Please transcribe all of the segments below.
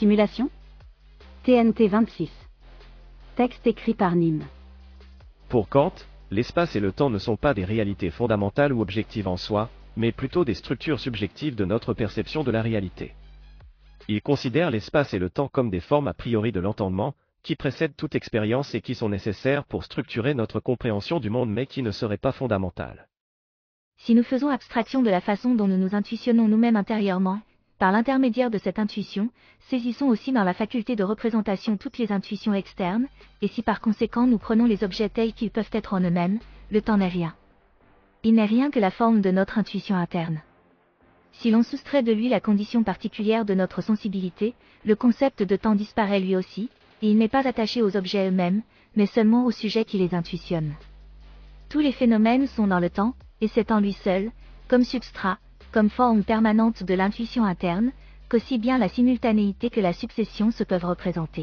simulation? TNT 26. Texte écrit par Nîmes. Pour Kant, l'espace et le temps ne sont pas des réalités fondamentales ou objectives en soi, mais plutôt des structures subjectives de notre perception de la réalité. Il considère l'espace et le temps comme des formes a priori de l'entendement, qui précèdent toute expérience et qui sont nécessaires pour structurer notre compréhension du monde mais qui ne seraient pas fondamentales. Si nous faisons abstraction de la façon dont nous nous intuitionnons nous-mêmes intérieurement, par l'intermédiaire de cette intuition, saisissons aussi dans la faculté de représentation toutes les intuitions externes, et si par conséquent nous prenons les objets tels qu'ils peuvent être en eux-mêmes, le temps n'est rien. Il n'est rien que la forme de notre intuition interne. Si l'on soustrait de lui la condition particulière de notre sensibilité, le concept de temps disparaît lui aussi, et il n'est pas attaché aux objets eux-mêmes, mais seulement aux sujets qui les intuitionnent. Tous les phénomènes sont dans le temps, et c'est en lui seul, comme substrat, comme forme permanente de l'intuition interne, qu'aussi bien la simultanéité que la succession se peuvent représenter.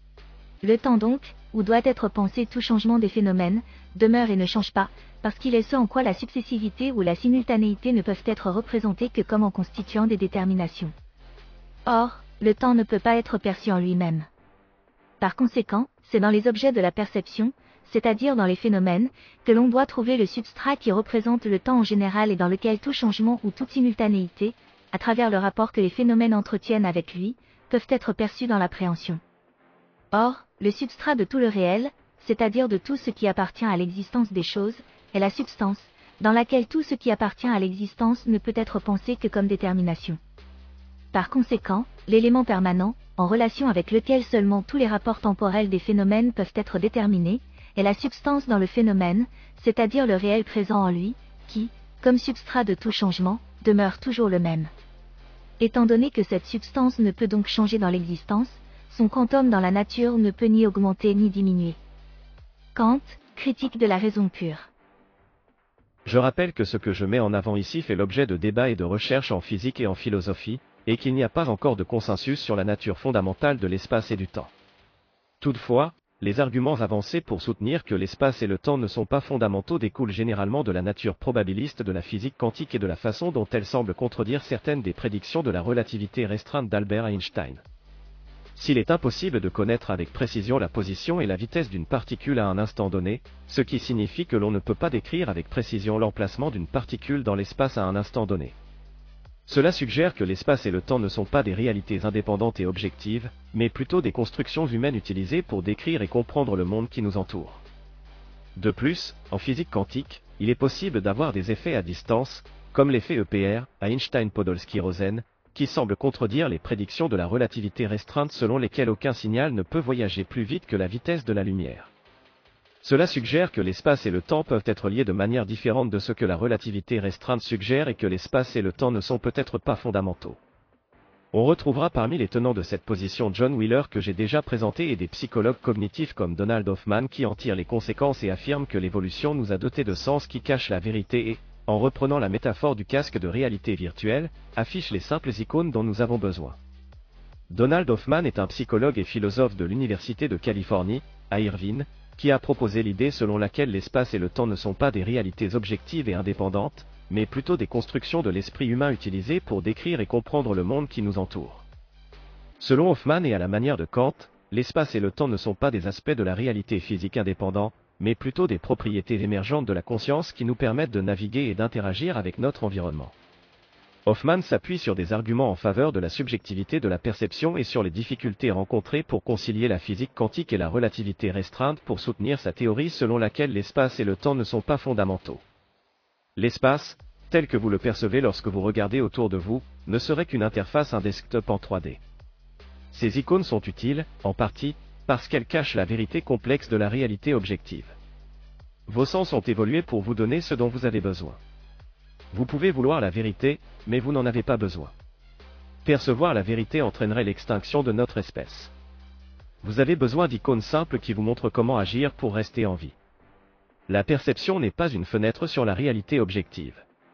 Le temps donc, où doit être pensé tout changement des phénomènes, demeure et ne change pas, parce qu'il est ce en quoi la successivité ou la simultanéité ne peuvent être représentées que comme en constituant des déterminations. Or, le temps ne peut pas être perçu en lui-même. Par conséquent, c'est dans les objets de la perception, c'est-à-dire dans les phénomènes, que l'on doit trouver le substrat qui représente le temps en général et dans lequel tout changement ou toute simultanéité, à travers le rapport que les phénomènes entretiennent avec lui, peuvent être perçus dans l'appréhension. Or, le substrat de tout le réel, c'est-à-dire de tout ce qui appartient à l'existence des choses, est la substance, dans laquelle tout ce qui appartient à l'existence ne peut être pensé que comme détermination. Par conséquent, l'élément permanent, en relation avec lequel seulement tous les rapports temporels des phénomènes peuvent être déterminés, est la substance dans le phénomène, c'est-à-dire le réel présent en lui, qui, comme substrat de tout changement, demeure toujours le même. Étant donné que cette substance ne peut donc changer dans l'existence, son quantum dans la nature ne peut ni augmenter ni diminuer. Kant, critique de la raison pure. Je rappelle que ce que je mets en avant ici fait l'objet de débats et de recherches en physique et en philosophie, et qu'il n'y a pas encore de consensus sur la nature fondamentale de l'espace et du temps. Toutefois, les arguments avancés pour soutenir que l'espace et le temps ne sont pas fondamentaux découlent généralement de la nature probabiliste de la physique quantique et de la façon dont elle semble contredire certaines des prédictions de la relativité restreinte d'Albert Einstein. S'il est impossible de connaître avec précision la position et la vitesse d'une particule à un instant donné, ce qui signifie que l'on ne peut pas décrire avec précision l'emplacement d'une particule dans l'espace à un instant donné. Cela suggère que l'espace et le temps ne sont pas des réalités indépendantes et objectives, mais plutôt des constructions humaines utilisées pour décrire et comprendre le monde qui nous entoure. De plus, en physique quantique, il est possible d'avoir des effets à distance, comme l'effet EPR, à Einstein-Podolsky-Rosen, qui semble contredire les prédictions de la relativité restreinte selon lesquelles aucun signal ne peut voyager plus vite que la vitesse de la lumière. Cela suggère que l'espace et le temps peuvent être liés de manière différente de ce que la relativité restreinte suggère et que l'espace et le temps ne sont peut-être pas fondamentaux. On retrouvera parmi les tenants de cette position John Wheeler que j'ai déjà présenté et des psychologues cognitifs comme Donald Hoffman qui en tirent les conséquences et affirment que l'évolution nous a dotés de sens qui cachent la vérité et, en reprenant la métaphore du casque de réalité virtuelle, affichent les simples icônes dont nous avons besoin. Donald Hoffman est un psychologue et philosophe de l'Université de Californie, à Irvine, qui a proposé l'idée selon laquelle l'espace et le temps ne sont pas des réalités objectives et indépendantes, mais plutôt des constructions de l'esprit humain utilisées pour décrire et comprendre le monde qui nous entoure. Selon Hoffman et à la manière de Kant, l'espace et le temps ne sont pas des aspects de la réalité physique indépendants, mais plutôt des propriétés émergentes de la conscience qui nous permettent de naviguer et d'interagir avec notre environnement. Hoffman s'appuie sur des arguments en faveur de la subjectivité de la perception et sur les difficultés rencontrées pour concilier la physique quantique et la relativité restreinte pour soutenir sa théorie selon laquelle l'espace et le temps ne sont pas fondamentaux. L'espace, tel que vous le percevez lorsque vous regardez autour de vous, ne serait qu'une interface, un desktop en 3D. Ces icônes sont utiles, en partie, parce qu'elles cachent la vérité complexe de la réalité objective. Vos sens ont évolué pour vous donner ce dont vous avez besoin. Vous pouvez vouloir la vérité, mais vous n'en avez pas besoin. Percevoir la vérité entraînerait l'extinction de notre espèce. Vous avez besoin d'icônes simples qui vous montrent comment agir pour rester en vie. La perception n'est pas une fenêtre sur la réalité objective.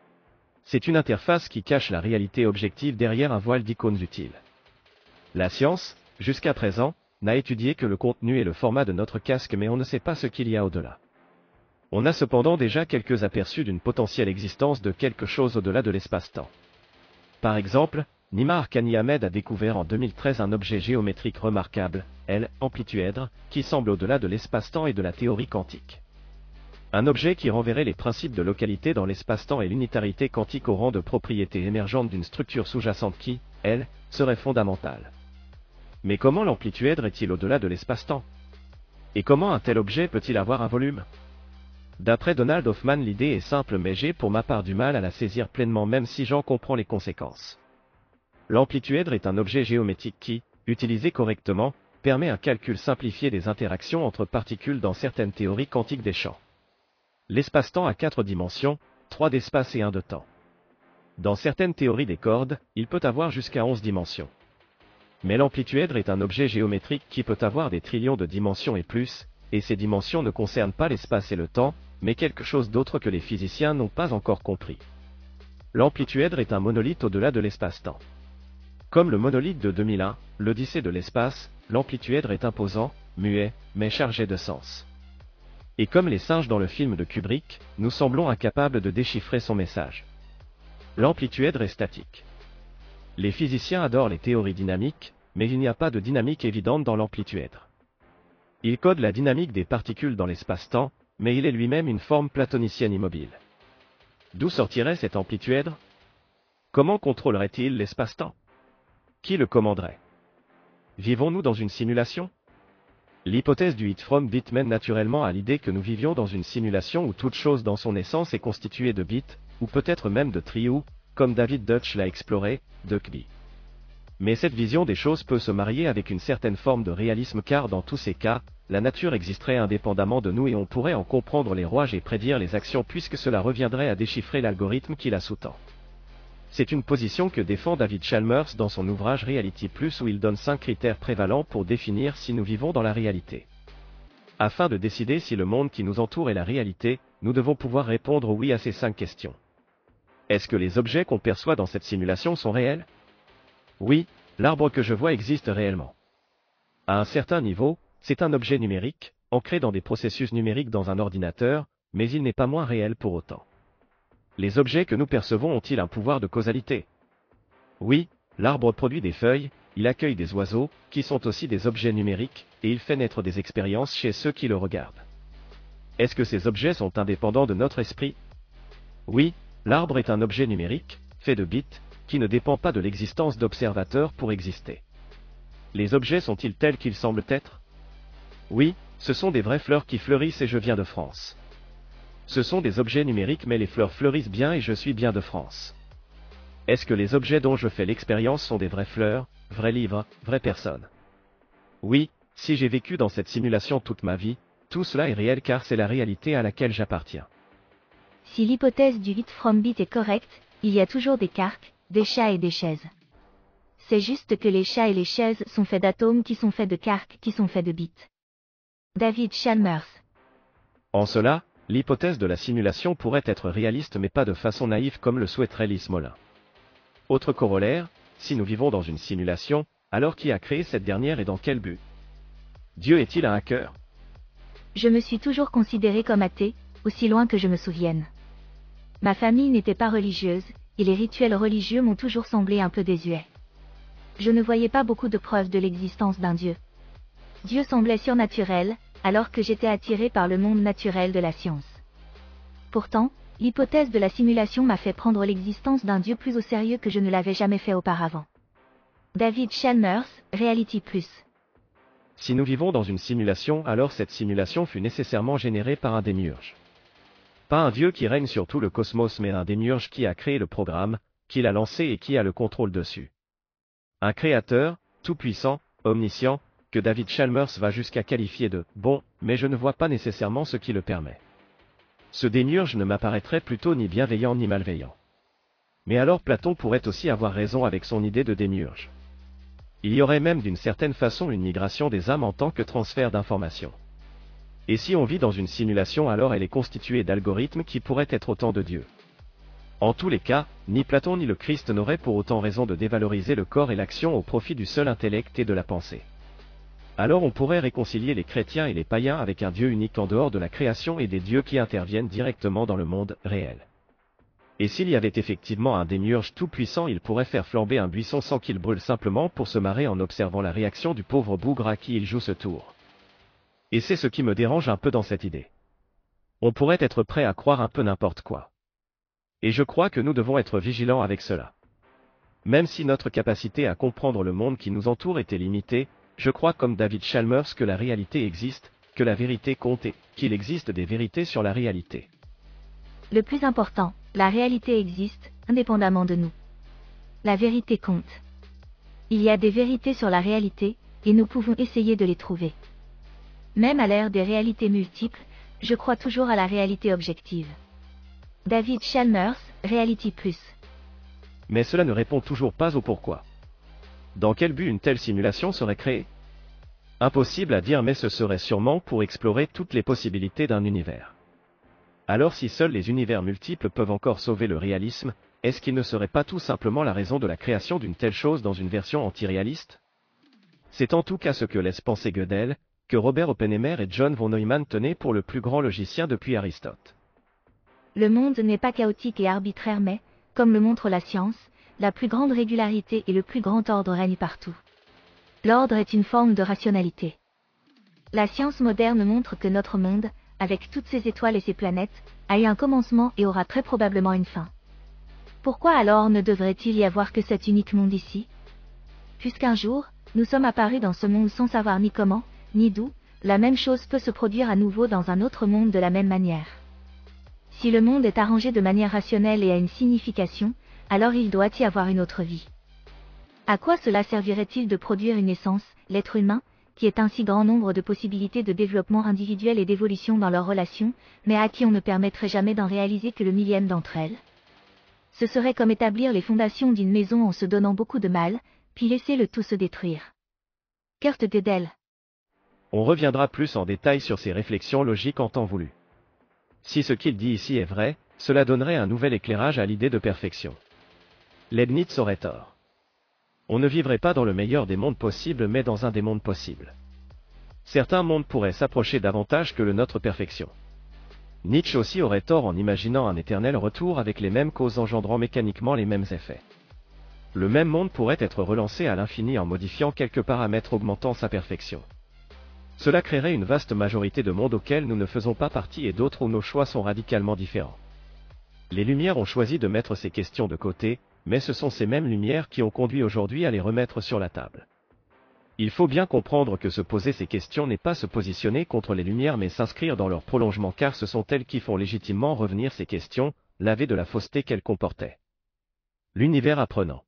C'est une interface qui cache la réalité objective derrière un voile d'icônes utiles. La science, jusqu'à présent, n'a étudié que le contenu et le format de notre casque mais on ne sait pas ce qu'il y a au-delà. On a cependant déjà quelques aperçus d'une potentielle existence de quelque chose au-delà de l'espace-temps. Par exemple, Nima Arkani Ahmed a découvert en 2013 un objet géométrique remarquable, l'amplituèdre, qui semble au-delà de l'espace-temps et de la théorie quantique. Un objet qui renverrait les principes de localité dans l'espace-temps et l'unitarité quantique au rang de propriété émergente d'une structure sous-jacente qui, elle, serait fondamentale. Mais comment l'amplituèdre est-il au-delà de l'espace-temps? Et comment un tel objet peut-il avoir un volume? D'après Donald Hoffman, l'idée est simple, mais j'ai pour ma part du mal à la saisir pleinement, même si j'en comprends les conséquences. L'amplituèdre est un objet géométrique qui, utilisé correctement, permet un calcul simplifié des interactions entre particules dans certaines théories quantiques des champs. L'espace-temps a 4 dimensions, 3 d'espace et 1 de temps. Dans certaines théories des cordes, il peut avoir jusqu'à 11 dimensions. Mais l'amplituèdre est un objet géométrique qui peut avoir des trillions de dimensions et plus, et ces dimensions ne concernent pas l'espace et le temps, mais quelque chose d'autre que les physiciens n'ont pas encore compris. L'amplituèdre est un monolithe au-delà de l'espace-temps. Comme le monolithe de 2001, l'Odyssée de l'espace, l'amplituèdre est imposant, muet, mais chargé de sens. Et comme les singes dans le film de Kubrick, nous semblons incapables de déchiffrer son message. L'amplituèdre est statique. Les physiciens adorent les théories dynamiques, mais il n'y a pas de dynamique évidente dans l'amplituèdre. Il code la dynamique des particules dans l'espace-temps, mais il est lui-même une forme platonicienne immobile. D'où sortirait cet amplituèdre? Comment contrôlerait-il l'espace-temps? Qui le commanderait? Vivons-nous dans une simulation? L'hypothèse du hit from bit mène naturellement à l'idée que nous vivions dans une simulation où toute chose dans son essence est constituée de bits, ou peut-être même de trious, comme David Deutsch l'a exploré, de QB. Mais cette vision des choses peut se marier avec une certaine forme de réalisme, car dans tous ces cas, la nature existerait indépendamment de nous et on pourrait en comprendre les rouages et prédire les actions, puisque cela reviendrait à déchiffrer l'algorithme qui la sous-tend. C'est une position que défend David Chalmers dans son ouvrage Reality Plus, où il donne 5 critères prévalents pour définir si nous vivons dans la réalité. Afin de décider si le monde qui nous entoure est la réalité, nous devons pouvoir répondre oui à ces 5 questions. Est-ce que les objets qu'on perçoit dans cette simulation sont réels? Oui, l'arbre que je vois existe réellement. À un certain niveau, c'est un objet numérique, ancré dans des processus numériques dans un ordinateur, mais il n'est pas moins réel pour autant. Les objets que nous percevons ont-ils un pouvoir de causalité? Oui, l'arbre produit des feuilles, il accueille des oiseaux, qui sont aussi des objets numériques, et il fait naître des expériences chez ceux qui le regardent. Est-ce que ces objets sont indépendants de notre esprit? Oui, l'arbre est un objet numérique, fait de bits, qui ne dépend pas de l'existence d'observateurs pour exister. Les objets sont-ils tels qu'ils semblent être? Oui, ce sont des vraies fleurs qui fleurissent et je viens de France. Ce sont des objets numériques, mais les fleurs fleurissent bien et je suis bien de France. Est-ce que les objets dont je fais l'expérience sont des vraies fleurs, vrais livres, vraies personnes? Oui, si j'ai vécu dans cette simulation toute ma vie, tout cela est réel car c'est la réalité à laquelle j'appartiens. Si l'hypothèse du hit from bit est correcte, il y a toujours des carques, des chats et des chaises. C'est juste que les chats et les chaises sont faits d'atomes qui sont faits de carques qui sont faits de bits. David Chalmers. En cela, l'hypothèse de la simulation pourrait être réaliste mais pas de façon naïve comme le souhaiterait Lise Mollin. Autre corollaire, si nous vivons dans une simulation, alors qui a créé cette dernière et dans quel but? Dieu est-il un hacker? Je me suis toujours considéré comme athée, aussi loin que je me souvienne. Ma famille n'était pas religieuse, et les rituels religieux m'ont toujours semblé un peu désuets. Je ne voyais pas beaucoup de preuves de l'existence d'un Dieu. Dieu semblait surnaturel, alors que j'étais attiré par le monde naturel de la science. Pourtant, l'hypothèse de la simulation m'a fait prendre l'existence d'un Dieu plus au sérieux que je ne l'avais jamais fait auparavant. David Chalmers, Reality Plus. Si nous vivons dans une simulation, alors cette simulation fut nécessairement générée par un démiurge. Pas un Dieu qui règne sur tout le cosmos, mais un démiurge qui a créé le programme, qui l'a lancé et qui a le contrôle dessus. Un créateur, tout-puissant, omniscient, que David Chalmers va jusqu'à qualifier de « bon », mais je ne vois pas nécessairement ce qui le permet. Ce démiurge ne m'apparaîtrait plutôt ni bienveillant ni malveillant. Mais alors Platon pourrait aussi avoir raison avec son idée de démiurge. Il y aurait même d'une certaine façon une migration des âmes en tant que transfert d'informations. Et si on vit dans une simulation, alors elle est constituée d'algorithmes qui pourraient être autant de dieux. En tous les cas, ni Platon ni le Christ n'auraient pour autant raison de dévaloriser le corps et l'action au profit du seul intellect et de la pensée. Alors on pourrait réconcilier les chrétiens et les païens avec un Dieu unique en dehors de la création et des dieux qui interviennent directement dans le monde réel. Et s'il y avait effectivement un démiurge tout-puissant, il pourrait faire flamber un buisson sans qu'il brûle simplement pour se marrer en observant la réaction du pauvre bougre à qui il joue ce tour. Et c'est ce qui me dérange un peu dans cette idée. On pourrait être prêt à croire un peu n'importe quoi. Et je crois que nous devons être vigilants avec cela. Même si notre capacité à comprendre le monde qui nous entoure était limitée, je crois comme David Chalmers que la réalité existe, que la vérité compte et qu'il existe des vérités sur la réalité. Le plus important, la réalité existe, indépendamment de nous. La vérité compte. Il y a des vérités sur la réalité, et nous pouvons essayer de les trouver. Même à l'ère des réalités multiples, je crois toujours à la réalité objective. David Chalmers, Reality Plus. Mais cela ne répond toujours pas au pourquoi. Dans quel but une telle simulation serait créée? Impossible à dire, mais ce serait sûrement pour explorer toutes les possibilités d'un univers. Alors si seuls les univers multiples peuvent encore sauver le réalisme, est-ce qu'il ne serait pas tout simplement la raison de la création d'une telle chose dans une version anti-réaliste? C'est en tout cas ce que laisse penser Gödel, que Robert Oppenheimer et John von Neumann tenaient pour le plus grand logicien depuis Aristote. Le monde n'est pas chaotique et arbitraire mais, comme le montre la science, la plus grande régularité et le plus grand ordre règnent partout. L'ordre est une forme de rationalité. La science moderne montre que notre monde, avec toutes ses étoiles et ses planètes, a eu un commencement et aura très probablement une fin. Pourquoi alors ne devrait-il y avoir que cet unique monde ici? Puisqu'un jour, nous sommes apparus dans ce monde sans savoir ni comment, ni d'où, la même chose peut se produire à nouveau dans un autre monde de la même manière. Si le monde est arrangé de manière rationnelle et a une signification, alors il doit y avoir une autre vie. À quoi cela servirait-il de produire une essence, l'être humain, qui est un si grand nombre de possibilités de développement individuel et d'évolution dans leurs relations, mais à qui on ne permettrait jamais d'en réaliser que le millième d'entre elles? Ce serait comme établir les fondations d'une maison en se donnant beaucoup de mal, puis laisser le tout se détruire. Kurt Gödel. On reviendra plus en détail sur ces réflexions logiques en temps voulu. Si ce qu'il dit ici est vrai, cela donnerait un nouvel éclairage à l'idée de perfection. Leibniz aurait tort. On ne vivrait pas dans le meilleur des mondes possibles mais dans un des mondes possibles. Certains mondes pourraient s'approcher davantage que le nôtre perfection. Nietzsche aussi aurait tort en imaginant un éternel retour avec les mêmes causes engendrant mécaniquement les mêmes effets. Le même monde pourrait être relancé à l'infini en modifiant quelques paramètres augmentant sa perfection. Cela créerait une vaste majorité de mondes auxquels nous ne faisons pas partie et d'autres où nos choix sont radicalement différents. Les Lumières ont choisi de mettre ces questions de côté, mais ce sont ces mêmes Lumières qui ont conduit aujourd'hui à les remettre sur la table. Il faut bien comprendre que se poser ces questions n'est pas se positionner contre les Lumières mais s'inscrire dans leur prolongement car ce sont elles qui font légitimement revenir ces questions, lavées de la fausseté qu'elles comportaient. L'univers apprenant.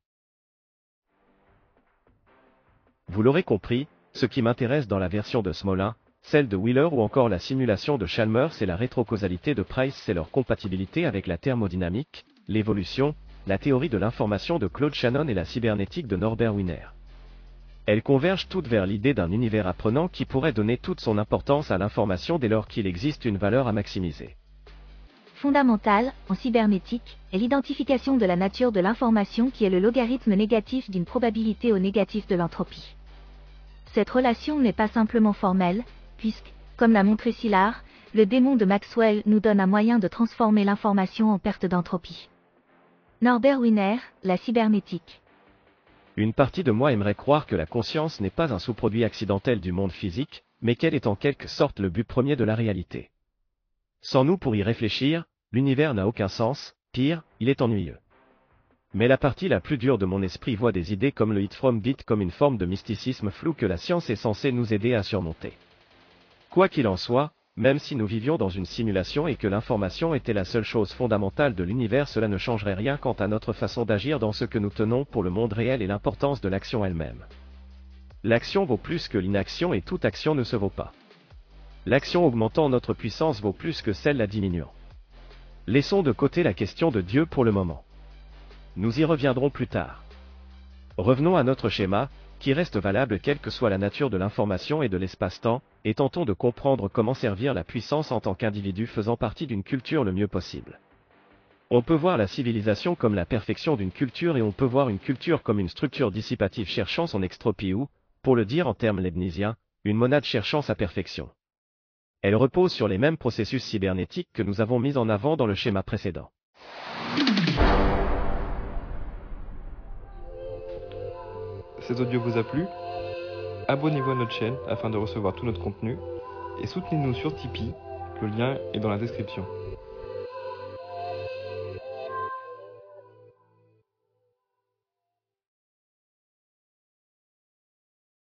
Vous l'aurez compris, ce qui m'intéresse dans la version de Smolin, celle de Wheeler ou encore la simulation de Chalmers et la rétrocausalité de Price, c'est leur compatibilité avec la thermodynamique, l'évolution, la théorie de l'information de Claude Shannon et la cybernétique de Norbert Wiener. Elles convergent toutes vers l'idée d'un univers apprenant qui pourrait donner toute son importance à l'information dès lors qu'il existe une valeur à maximiser. Fondamentale, en cybernétique, est l'identification de la nature de l'information qui est le logarithme négatif d'une probabilité au négatif de l'entropie. Cette relation n'est pas simplement formelle, puisque, comme l'a montré Szilard, le démon de Maxwell nous donne un moyen de transformer l'information en perte d'entropie. Norbert Wiener, la cybernétique. Une partie de moi aimerait croire que la conscience n'est pas un sous-produit accidentel du monde physique, mais qu'elle est en quelque sorte le but premier de la réalité. Sans nous pour y réfléchir, l'univers n'a aucun sens, pire, il est ennuyeux. Mais la partie la plus dure de mon esprit voit des idées comme le hit from bit comme une forme de mysticisme flou que la science est censée nous aider à surmonter. Quoi qu'il en soit, même si nous vivions dans une simulation et que l'information était la seule chose fondamentale de l'univers, cela ne changerait rien quant à notre façon d'agir dans ce que nous tenons pour le monde réel et l'importance de l'action elle-même. L'action vaut plus que l'inaction et toute action ne se vaut pas. L'action augmentant notre puissance vaut plus que celle la diminuant. Laissons de côté la question de Dieu pour le moment. Nous y reviendrons plus tard. Revenons à notre schéma, qui reste valable quelle que soit la nature de l'information et de l'espace-temps, et tentons de comprendre comment servir la puissance en tant qu'individu faisant partie d'une culture le mieux possible. On peut voir la civilisation comme la perfection d'une culture et on peut voir une culture comme une structure dissipative cherchant son extropie ou, pour le dire en termes leibniziens, une monade cherchant sa perfection. Elle repose sur les mêmes processus cybernétiques que nous avons mis en avant dans le schéma précédent. Cet audio vous a plu? Abonnez-vous à notre chaîne afin de recevoir tout notre contenu et soutenez-nous sur Tipeee, le lien est dans la description.